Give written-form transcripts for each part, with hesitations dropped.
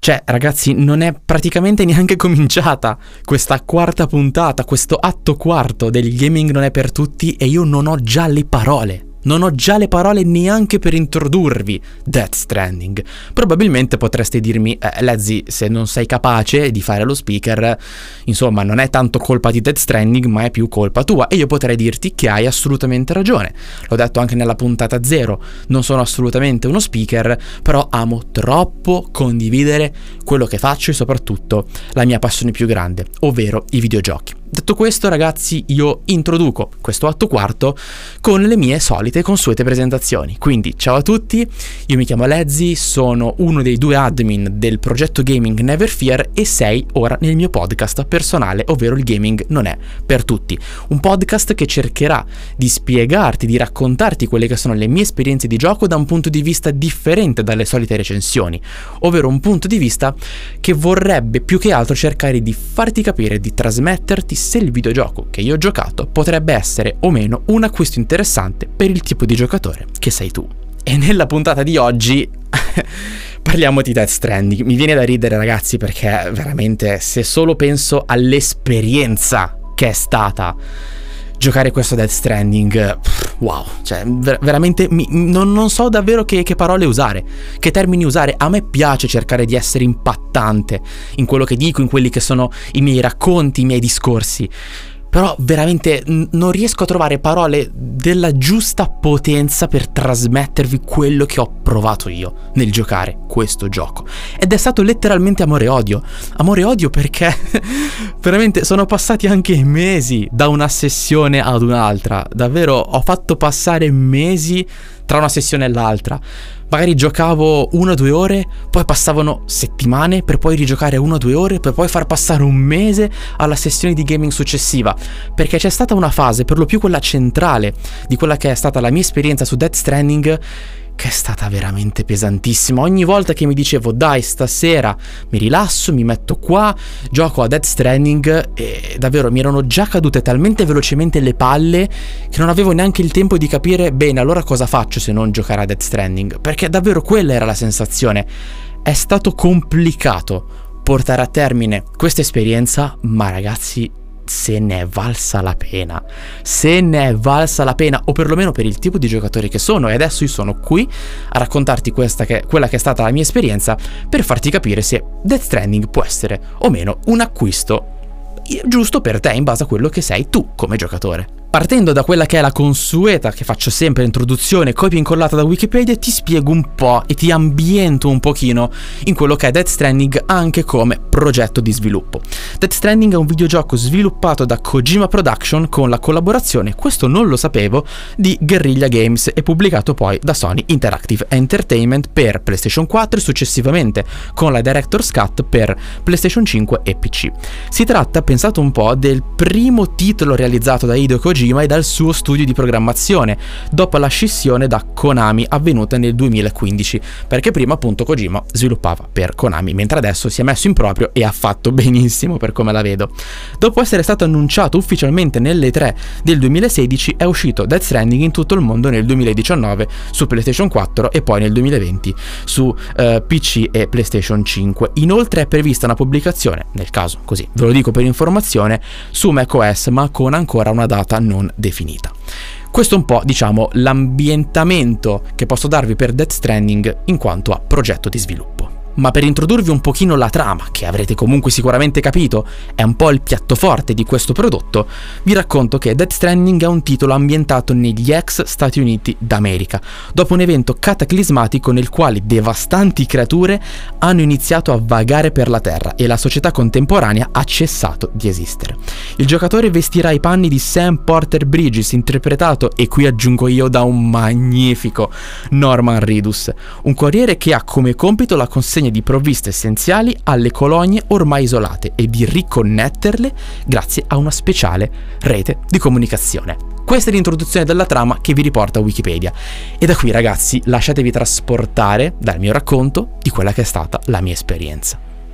Cioè, ragazzi, non è praticamente neanche cominciata questa quarta puntata, questo atto quarto del Gaming non è per tutti, e io non ho già le parole. Non ho già le parole neanche per introdurvi Death Stranding. Probabilmente potreste dirmi, Lezzi, se non sei capace di fare lo speaker, insomma, non è tanto colpa di Death Stranding, ma è più colpa tua. E io potrei dirti che hai assolutamente ragione. L'ho detto anche nella puntata 0, non sono assolutamente uno speaker, però amo troppo condividere quello che faccio e soprattutto la mia passione più grande, ovvero i videogiochi. Detto questo, ragazzi, io introduco questo atto quarto con le mie solite consuete presentazioni. Quindi, ciao a tutti, io mi chiamo Lezzi, sono uno dei 2 admin del progetto Gaming Never Fear e sei ora nel mio podcast personale, ovvero il Gaming non è per tutti. Un podcast che cercherà di spiegarti, di raccontarti quelle che sono le mie esperienze di gioco da un punto di vista differente dalle solite recensioni, ovvero un punto di vista che vorrebbe più che altro cercare di farti capire, di trasmetterti se il videogioco che io ho giocato potrebbe essere o meno un acquisto interessante per il tipo di giocatore che sei tu. E nella puntata di oggi parliamo di Death Stranding. Mi viene da ridere, ragazzi, perché veramente, se solo penso all'esperienza che è stata giocare questo Death Stranding, wow, cioè veramente non so davvero che parole usare, che termini usare. A me piace cercare di essere impattante in quello che dico, in quelli che sono i miei racconti, i miei discorsi, però veramente non riesco a trovare parole della giusta potenza per trasmettervi quello che ho provato io nel giocare questo gioco. Ed è stato letteralmente amore e odio perché veramente sono passati anche mesi da una sessione ad un'altra. Davvero ho fatto passare mesi tra una sessione e l'altra. Magari giocavo 1 o 2 ore, poi passavano settimane per poi rigiocare 1 o 2 ore, per poi far passare un mese alla sessione di gaming successiva, perché c'è stata una fase, per lo più quella centrale, di quella che è stata la mia esperienza su Death Stranding, che è stata veramente pesantissima. Ogni volta che mi dicevo dai, stasera mi rilasso, mi metto qua, gioco a Death Stranding, e davvero mi erano già cadute talmente velocemente le palle che non avevo neanche il tempo di capire bene allora cosa faccio se non giocare a Death Stranding, perché davvero quella era la sensazione. È stato complicato portare a termine questa esperienza, ma ragazzi, se ne è valsa la pena, o perlomeno per il tipo di giocatore che sono. E adesso io sono qui a raccontarti quella che è stata la mia esperienza, per farti capire se Death Stranding può essere o meno un acquisto giusto per te in base a quello che sei tu come giocatore. Partendo da quella che è la consueta che faccio sempre, introduzione copia incollata da Wikipedia, ti spiego un po' e ti ambiento un pochino in quello che è Death Stranding anche come progetto di sviluppo. Death Stranding è un videogioco sviluppato da Kojima Production con la collaborazione, questo non lo sapevo, di Guerrilla Games e pubblicato poi da Sony Interactive Entertainment per PlayStation 4 e successivamente con la Director's Cut per PlayStation 5 e PC. Si tratta, pensate un po', del primo titolo realizzato da Hideo Kojima e dal suo studio di programmazione dopo la scissione da Konami avvenuta nel 2015, perché prima appunto Kojima sviluppava per Konami, mentre adesso si è messo in proprio e ha fatto benissimo per come la vedo. Dopo essere stato annunciato ufficialmente nelle 3 del 2016, è uscito Death Stranding in tutto il mondo nel 2019 su PlayStation 4 e poi nel 2020 su PC e PlayStation 5. Inoltre è prevista una pubblicazione, nel caso così ve lo dico per informazione, su macOS, ma con ancora una data non definita. Questo è un po', diciamo, l'ambientamento che posso darvi per Death Stranding in quanto a progetto di sviluppo. Ma per introdurvi un pochino la trama, che avrete comunque sicuramente capito, è un po' il piatto forte di questo prodotto, vi racconto che Death Stranding è un titolo ambientato negli ex Stati Uniti d'America, dopo un evento cataclismatico nel quale devastanti creature hanno iniziato a vagare per la Terra e la società contemporanea ha cessato di esistere. Il giocatore vestirà i panni di Sam Porter Bridges, interpretato, e qui aggiungo io, da un magnifico Norman Reedus, un corriere che ha come compito la consegna di provviste essenziali alle colonie ormai isolate e di riconnetterle grazie a una speciale rete di comunicazione. Questa è l'introduzione della trama che vi riporta a Wikipedia, e da qui, ragazzi, lasciatevi trasportare dal mio racconto di quella che è stata la mia esperienza.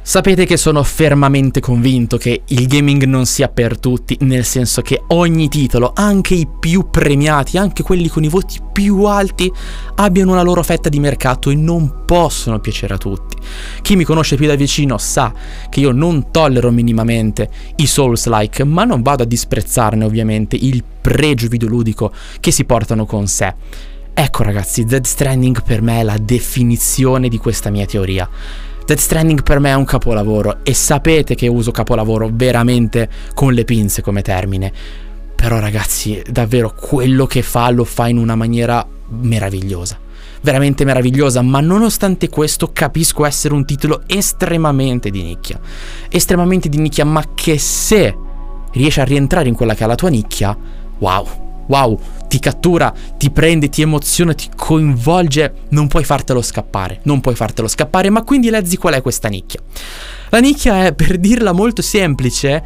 Sapete che sono fermamente convinto che il gaming non sia per tutti, nel senso che ogni titolo, anche i più premiati, anche quelli con i voti più alti, abbiano una loro fetta di mercato e non possono piacere a tutti. Chi mi conosce più da vicino sa che io non tollero minimamente i Souls-like, ma non vado a disprezzarne ovviamente il pregio videoludico che si portano con sé. Ecco ragazzi, Death Stranding per me è la definizione di questa mia teoria. Death Stranding per me è un capolavoro e sapete che uso capolavoro veramente con le pinze come termine. Però ragazzi, davvero quello che fa lo fa in una maniera meravigliosa. Veramente meravigliosa, ma nonostante questo capisco essere un titolo estremamente di nicchia. Estremamente di nicchia, ma che se riesci a rientrare in quella che è la tua nicchia, wow, ti cattura, ti prende, ti emoziona, ti coinvolge, non puoi fartelo scappare, ma quindi Lezzi, qual è questa nicchia? La nicchia è, per dirla molto semplice,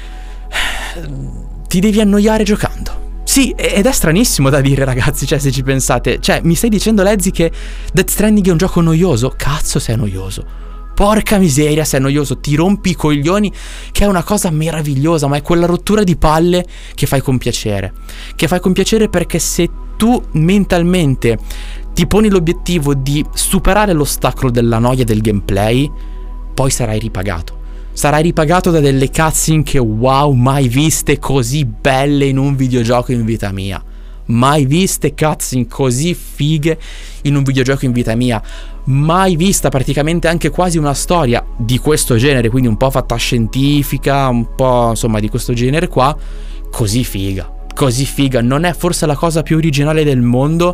ti devi annoiare giocando. Sì, ed è stranissimo da dire ragazzi, cioè se ci pensate, cioè mi stai dicendo Lezzi che Death Stranding è un gioco noioso? Cazzo sei noioso. Porca miseria, sei noioso, ti rompi i coglioni, che è una cosa meravigliosa, ma è quella rottura di palle che fai con piacere. Che fai con piacere perché se tu mentalmente ti poni l'obiettivo di superare l'ostacolo della noia del gameplay, poi sarai ripagato. Sarai ripagato da delle cutscene che wow, mai viste così belle in un videogioco in vita mia. Mai viste cutscene così fighe in un videogioco in vita mia. Mai vista praticamente anche quasi una storia di questo genere, quindi un po' fantascientifica, un po' insomma di questo genere qua, così figa. Così figa, non è forse la cosa più originale del mondo,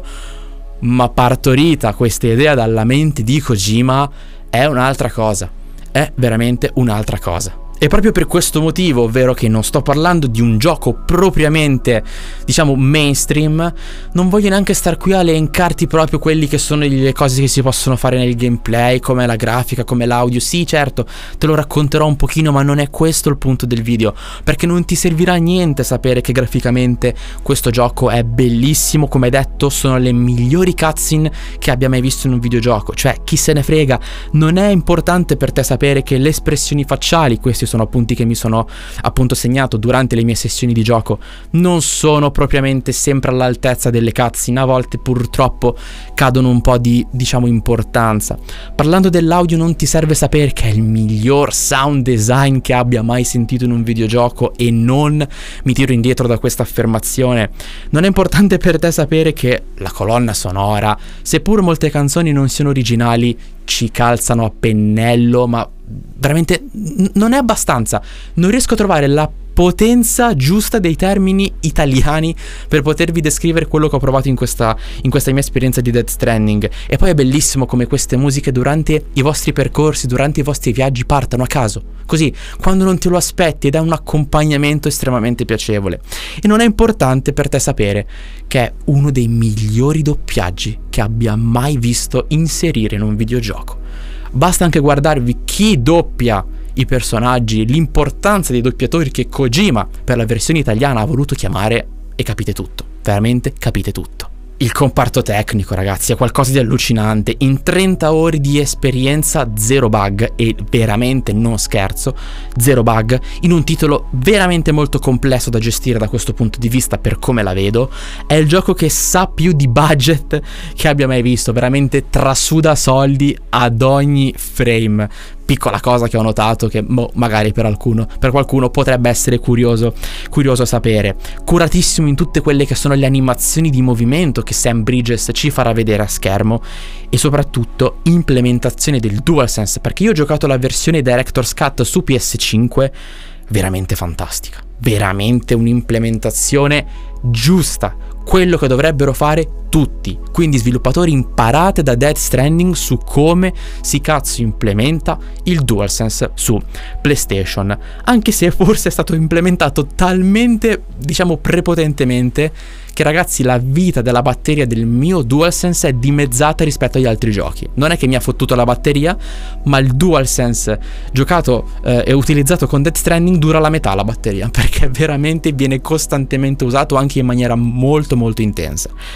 ma partorita questa idea dalla mente di Kojima è un'altra cosa. È veramente un'altra cosa. E proprio per questo motivo, ovvero che non sto parlando di un gioco propriamente, diciamo, mainstream, non voglio neanche star qui a elencarti proprio quelli che sono le cose che si possono fare nel gameplay, come la grafica, come l'audio. Sì, certo, te lo racconterò un pochino, ma non è questo il punto del video, perché non ti servirà a niente sapere che graficamente questo gioco è bellissimo. Come detto, sono le migliori cutscene che abbia mai visto in un videogioco, cioè chi se ne frega. Non è importante per te sapere che le espressioni facciali, questi sono appunti che mi sono appunto segnato durante le mie sessioni di gioco, non sono propriamente sempre all'altezza delle cutscene, a volte purtroppo cadono un po' di, diciamo, importanza. Parlando dell'audio, non ti serve sapere che è il miglior sound design che abbia mai sentito in un videogioco, e non mi tiro indietro da questa affermazione. Non è importante per te sapere che la colonna sonora, seppur molte canzoni non siano originali, ci calzano a pennello, ma veramente non è abbastanza. Non riesco a trovare la potenza giusta dei termini italiani per potervi descrivere quello che ho provato in questa mia esperienza di Death Stranding. E poi è bellissimo come queste musiche durante i vostri percorsi, durante i vostri viaggi, partano a caso, così, quando non te lo aspetti, ed è un accompagnamento estremamente piacevole. E non è importante per te sapere che è uno dei migliori doppiaggi che abbia mai visto inserire in un videogioco. Basta anche guardarvi chi doppia i personaggi, l'importanza dei doppiatori che Kojima per la versione italiana ha voluto chiamare, e capite tutto, veramente capite tutto. Il comparto tecnico, ragazzi, è qualcosa di allucinante. In 30 ore di esperienza, 0 bug, e veramente non scherzo, 0 bug, in un titolo veramente molto complesso da gestire da questo punto di vista, per come la vedo. È il gioco che sa più di budget che abbia mai visto, veramente trasuda soldi ad ogni frame. Piccola cosa che ho notato, che magari per qualcuno potrebbe essere curioso sapere. Curatissimo in tutte quelle che sono le animazioni di movimento che Sam Bridges ci farà vedere a schermo, e soprattutto implementazione del DualSense, perché io ho giocato la versione Director's Cut su PS5, veramente fantastica, veramente un'implementazione giusta, quello che dovrebbero fare tutti. Quindi sviluppatori, imparate da Death Stranding su come si cazzo implementa il DualSense su PlayStation, anche se forse è stato implementato talmente, diciamo, prepotentemente che, ragazzi, la vita della batteria del mio DualSense è dimezzata rispetto agli altri giochi. Non è che mi ha fottuto la batteria, ma il DualSense giocato e utilizzato con Death Stranding dura la metà la batteria, perché veramente viene costantemente usato, anche in maniera molto molto intensa. E poi il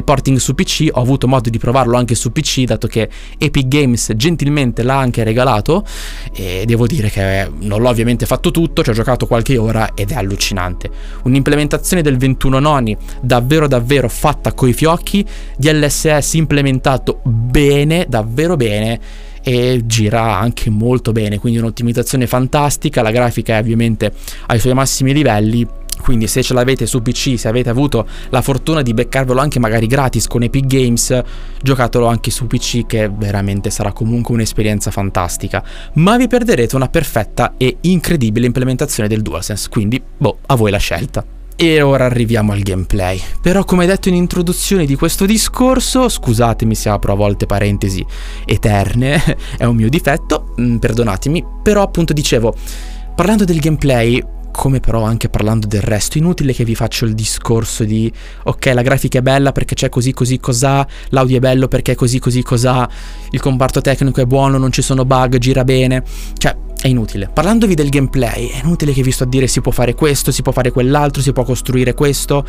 porting su PC, ho avuto modo di provarlo anche su PC, dato che Epic Games gentilmente l'ha anche regalato, e devo dire che non l'ho ovviamente fatto tutto, ci ho giocato qualche ora ed è allucinante. Un'implementazione del 21 noni davvero davvero fatta coi fiocchi, DLSS implementato bene, davvero bene, e gira anche molto bene, quindi un'ottimizzazione fantastica. La grafica è ovviamente ai suoi massimi livelli, quindi se ce l'avete su PC, se avete avuto la fortuna di beccarvelo anche magari gratis con Epic Games, giocatelo anche su PC, che veramente sarà comunque un'esperienza fantastica, ma vi perderete una perfetta e incredibile implementazione del DualSense, quindi a voi la scelta. E ora arriviamo al gameplay. Però, come detto in introduzione di questo discorso, scusatemi se apro a volte parentesi eterne, è un mio difetto, perdonatemi, però appunto dicevo, parlando del gameplay, come però anche parlando del resto, inutile che vi faccio il discorso di ok, la grafica è bella perché c'è così così cos'ha, l'audio è bello perché è così così cos'ha, il comparto tecnico è buono, non ci sono bug, gira bene, cioè è inutile. Parlandovi del gameplay, è inutile che vi sto a dire si può fare questo, si può fare quell'altro, si può costruire questo,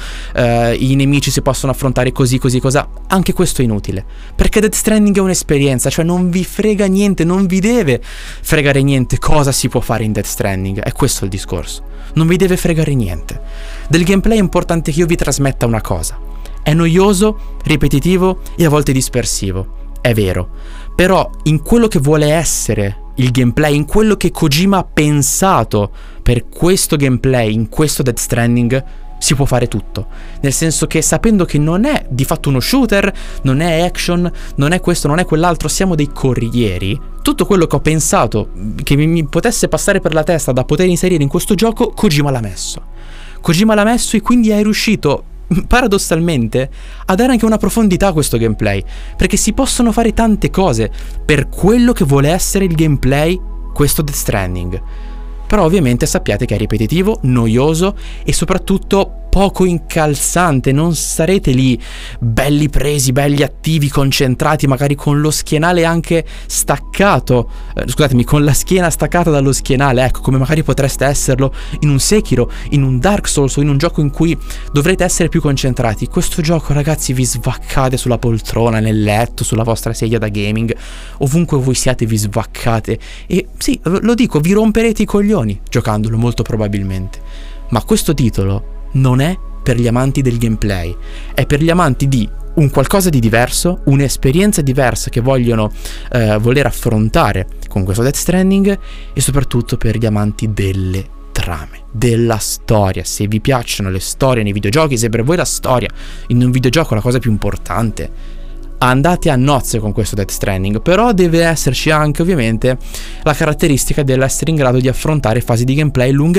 i nemici si possono affrontare così così cos'ha, anche questo è inutile, perché Death Stranding è un'esperienza, cioè non vi frega niente, non vi deve fregare niente cosa si può fare in Death Stranding, è questo il discorso. Non vi deve fregare niente. Del gameplay è importante che io vi trasmetta una cosa. È noioso, ripetitivo e a volte dispersivo. È vero. Però in quello che vuole essere il gameplay, in quello che Kojima ha pensato per questo gameplay, in questo Death Stranding, si può fare tutto. Nel senso che, sapendo che non è di fatto uno shooter, non è action, non è questo, non è quell'altro, siamo dei corrieri, tutto quello che ho pensato che mi potesse passare per la testa da poter inserire in questo gioco, Kojima l'ha messo. Kojima l'ha messo e quindi è riuscito, paradossalmente, a dare anche una profondità a questo gameplay, perché si possono fare tante cose per quello che vuole essere il gameplay questo Death Stranding. Però ovviamente sappiate che è ripetitivo, noioso e soprattutto poco incalzante. Non sarete lì belli presi, belli attivi, concentrati, magari con lo schienale anche staccato, scusatemi, con la schiena staccata dallo schienale, ecco, come magari potreste esserlo in un Sekiro, in un Dark Souls o in un gioco in cui dovrete essere più concentrati. Questo gioco, ragazzi, vi svaccate sulla poltrona, nel letto, sulla vostra sedia da gaming, ovunque voi siate vi svaccate e sì, lo dico, vi romperete i coglioni giocandolo molto probabilmente. Ma questo titolo non è per gli amanti del gameplay, è per gli amanti di un qualcosa di diverso, un'esperienza diversa che vogliono voler affrontare con questo Death Stranding, e soprattutto per gli amanti delle trame, della storia. Se vi piacciono le storie nei videogiochi, se per voi la storia in un videogioco è la cosa più importante, andate a nozze con questo Death Stranding. Però deve esserci anche ovviamente la caratteristica dell'essere in grado di affrontare fasi di gameplay lunghe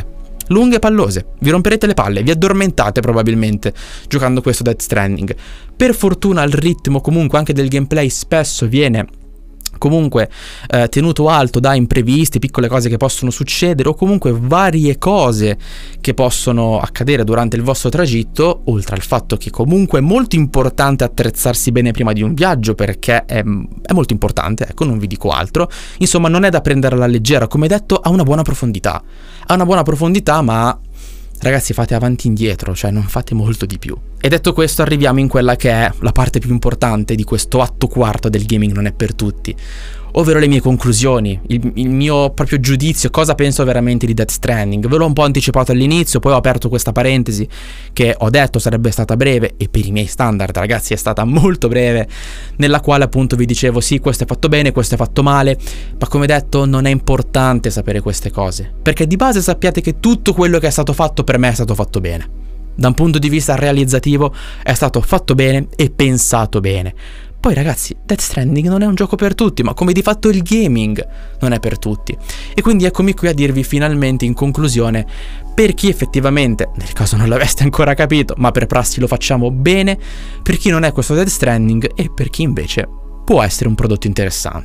e pallose, vi romperete le palle, vi addormentate probabilmente giocando questo Death Stranding. Per fortuna il ritmo comunque anche del gameplay spesso viene comunque tenuto alto da imprevisti, piccole cose che possono succedere o comunque varie cose che possono accadere durante il vostro tragitto, oltre al fatto che comunque è molto importante attrezzarsi bene prima di un viaggio, perché è molto importante, ecco, non vi dico altro. Insomma, non è da prendere alla leggera, come detto, ha una buona profondità, ma ragazzi, fate avanti e indietro, cioè non fate molto di più. E detto questo, arriviamo in quella che è la parte più importante di questo atto quarto del gaming non è per tutti, ovvero le mie conclusioni, il mio proprio giudizio, cosa penso veramente di Death Stranding. Ve l'ho un po' anticipato all'inizio, poi ho aperto questa parentesi che ho detto sarebbe stata breve, e per i miei standard, ragazzi, è stata molto breve, nella quale appunto vi dicevo sì, questo è fatto bene, questo è fatto male, ma come detto non è importante sapere queste cose, perché di base sappiate che tutto quello che è stato fatto per me è stato fatto bene. Da un punto di vista realizzativo è stato fatto bene e pensato bene. Poi ragazzi, Death Stranding non è un gioco per tutti, ma come di fatto il gaming non è per tutti. E quindi eccomi qui a dirvi finalmente in conclusione, per chi effettivamente, nel caso non l'aveste ancora capito, ma per prassi lo facciamo bene, per chi non è questo Death Stranding e per chi invece può essere un prodotto interessante.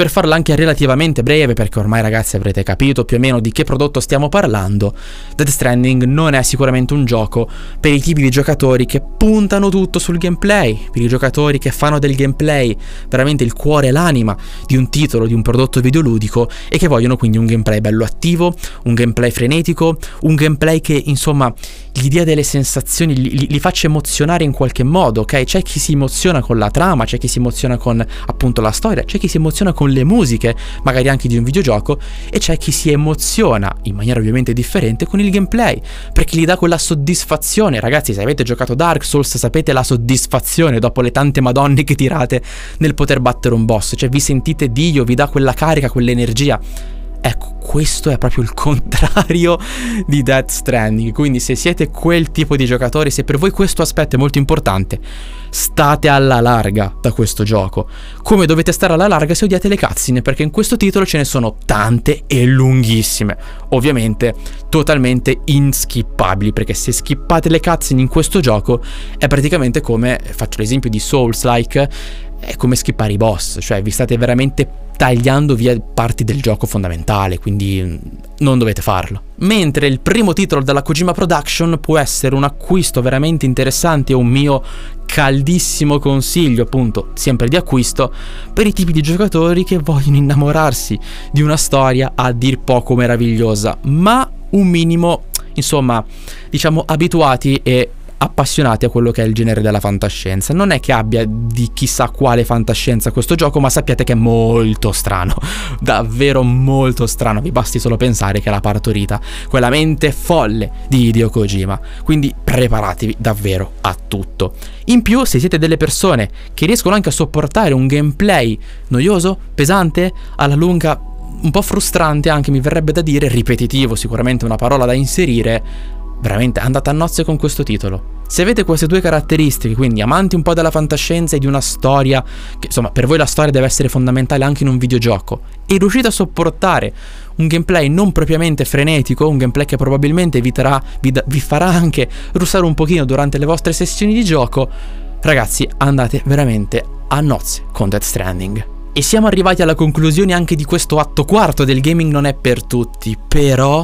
Per farlo anche relativamente breve, perché ormai ragazzi avrete capito più o meno di che prodotto stiamo parlando, Death Stranding non è sicuramente un gioco per i tipi di giocatori che puntano tutto sul gameplay, per i giocatori che fanno del gameplay veramente il cuore e l'anima di un titolo, di un prodotto videoludico, e che vogliono quindi un gameplay bello attivo, un gameplay frenetico, un gameplay che insomma gli dia delle sensazioni, li faccia emozionare in qualche modo, ok? C'è chi si emoziona con la trama, c'è chi si emoziona con appunto la storia, c'è chi si emoziona con le musiche, magari anche di un videogioco, e c'è chi si emoziona in maniera ovviamente differente con il gameplay, perché gli dà quella soddisfazione. Ragazzi, se avete giocato Dark Souls sapete la soddisfazione dopo le tante madonne che tirate nel poter battere un boss, cioè vi sentite Dio, vi dà quella carica, quell'energia. Ecco, questo è proprio il contrario di Death Stranding. Quindi se siete quel tipo di giocatori, se per voi questo aspetto è molto importante, state alla larga da questo gioco, come dovete stare alla larga se odiate le cutscene, perché in questo titolo ce ne sono tante e lunghissime, ovviamente totalmente inskippabili, perché se skippate le cutscene in questo gioco è praticamente come, faccio l'esempio di Souls-like, è come skippare i boss, cioè vi state veramente tagliando via parti del gioco fondamentale, quindi non dovete farlo. Mentre il primo titolo della Kojima Production può essere un acquisto veramente interessante, un mio caldissimo consiglio, appunto, sempre di acquisto, per i tipi di giocatori che vogliono innamorarsi di una storia a dir poco meravigliosa, ma un minimo, insomma, diciamo abituati e appassionati a quello che è il genere della fantascienza. Non è che abbia di chissà quale fantascienza questo gioco, ma sappiate che è molto strano, davvero molto strano, vi basti solo pensare che l'ha partorita quella mente folle di Hideo Kojima, quindi preparatevi davvero a tutto. In più, se siete delle persone che riescono anche a sopportare un gameplay noioso, pesante, alla lunga un po' frustrante anche, mi verrebbe da dire, ripetitivo, sicuramente una parola da inserire, veramente andate a nozze con questo titolo. Se avete queste due caratteristiche, quindi amanti un po' della fantascienza e di una storia, che insomma per voi la storia deve essere fondamentale anche in un videogioco, e riuscite a sopportare un gameplay non propriamente frenetico, un gameplay che probabilmente vi farà anche russare un pochino durante le vostre sessioni di gioco, ragazzi, andate veramente a nozze con Death Stranding. E siamo arrivati alla conclusione anche di questo atto quarto del gaming non è per tutti, però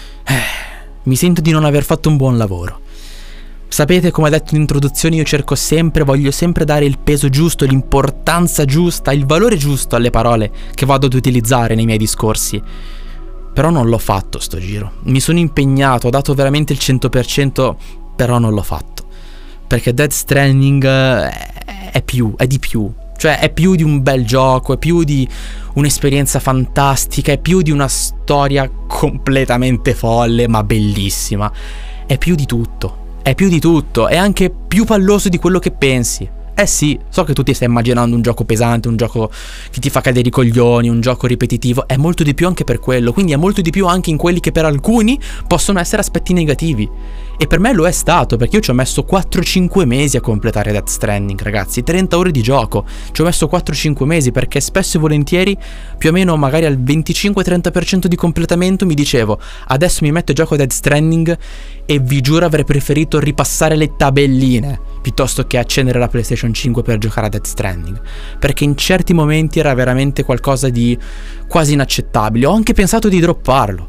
mi sento di non aver fatto un buon lavoro. Sapete, come detto in introduzione, io voglio sempre dare il peso giusto, l'importanza giusta, il valore giusto alle parole che vado ad utilizzare nei miei discorsi. Però non l'ho fatto sto giro. Mi sono impegnato, ho dato veramente il 100%, però non l'ho fatto. Perché Death Stranding è di più. Cioè è più di un bel gioco, è più di un'esperienza fantastica, è più di una storia completamente folle ma bellissima. È più di tutto, è anche più palloso di quello che pensi. Eh sì, so che tu ti stai immaginando un gioco pesante, un gioco che ti fa cadere i coglioni, un gioco ripetitivo, è molto di più anche per quello, quindi è molto di più anche in quelli che per alcuni possono essere aspetti negativi. E per me lo è stato, perché io ci ho messo 4-5 mesi a completare Death Stranding, ragazzi, 30 ore di gioco, ci ho messo 4-5 mesi, perché spesso e volentieri, più o meno magari al 25-30% di completamento mi dicevo, adesso mi metto a gioco Death Stranding, e vi giuro avrei preferito ripassare le tabelline piuttosto che accendere la PlayStation 5 per giocare a Death Stranding, perché in certi momenti era veramente qualcosa di quasi inaccettabile. Ho anche pensato di dropparlo,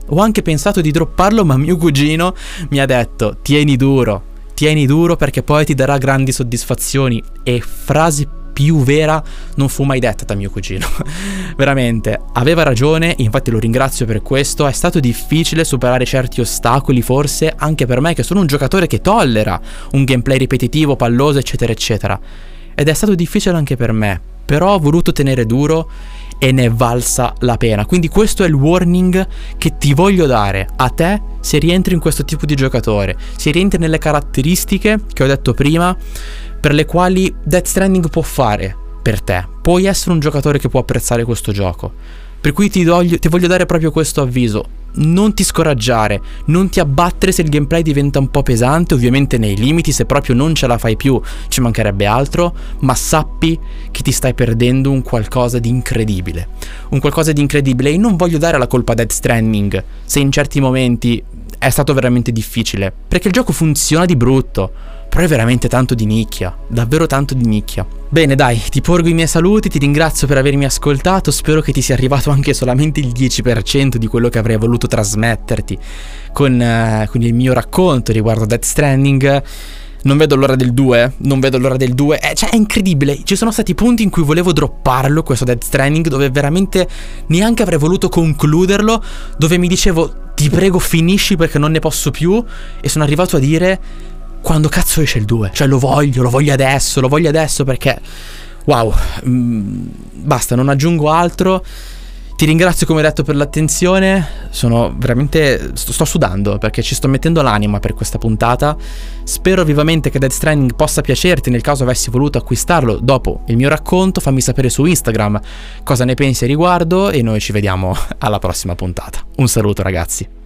ma mio cugino mi ha detto tieni duro perché poi ti darà grandi soddisfazioni, e frase più vera non fu mai detta da mio cugino. Veramente, aveva ragione, infatti lo ringrazio per questo. È stato difficile superare certi ostacoli, forse anche per me che sono un giocatore che tollera un gameplay ripetitivo, palloso, eccetera eccetera, ed è stato difficile anche per me, però ho voluto tenere duro e ne è valsa la pena. Quindi questo è il warning che ti voglio dare a te se rientri in questo tipo di giocatore, se rientri nelle caratteristiche che ho detto prima, per le quali Death Stranding può fare per te. Puoi essere un giocatore che può apprezzare questo gioco, per cui ti voglio dare proprio questo avviso: non ti scoraggiare, non ti abbattere se il gameplay diventa un po' pesante, ovviamente nei limiti, se proprio non ce la fai più ci mancherebbe altro, ma sappi che ti stai perdendo un qualcosa di incredibile, e non voglio dare la colpa a Death Stranding se in certi momenti è stato veramente difficile, perché il gioco funziona di brutto, però è veramente tanto di nicchia, davvero tanto di nicchia. Bene dai, ti porgo i miei saluti, ti ringrazio per avermi ascoltato, spero che ti sia arrivato anche solamente il 10% di quello che avrei voluto trasmetterti con il mio racconto riguardo Death Stranding. Non vedo l'ora del 2, cioè è incredibile, ci sono stati punti in cui volevo dropparlo questo Death Stranding, dove veramente neanche avrei voluto concluderlo, dove mi dicevo ti prego finisci perché non ne posso più, e sono arrivato a dire quando cazzo esce il 2, cioè lo voglio adesso perché wow, basta, non aggiungo altro. Ti ringrazio come detto per l'attenzione, sono veramente, sto sudando perché ci sto mettendo l'anima per questa puntata. Spero vivamente che Death Stranding possa piacerti, nel caso avessi voluto acquistarlo dopo il mio racconto fammi sapere su Instagram cosa ne pensi a riguardo e noi ci vediamo alla prossima puntata. Un saluto ragazzi.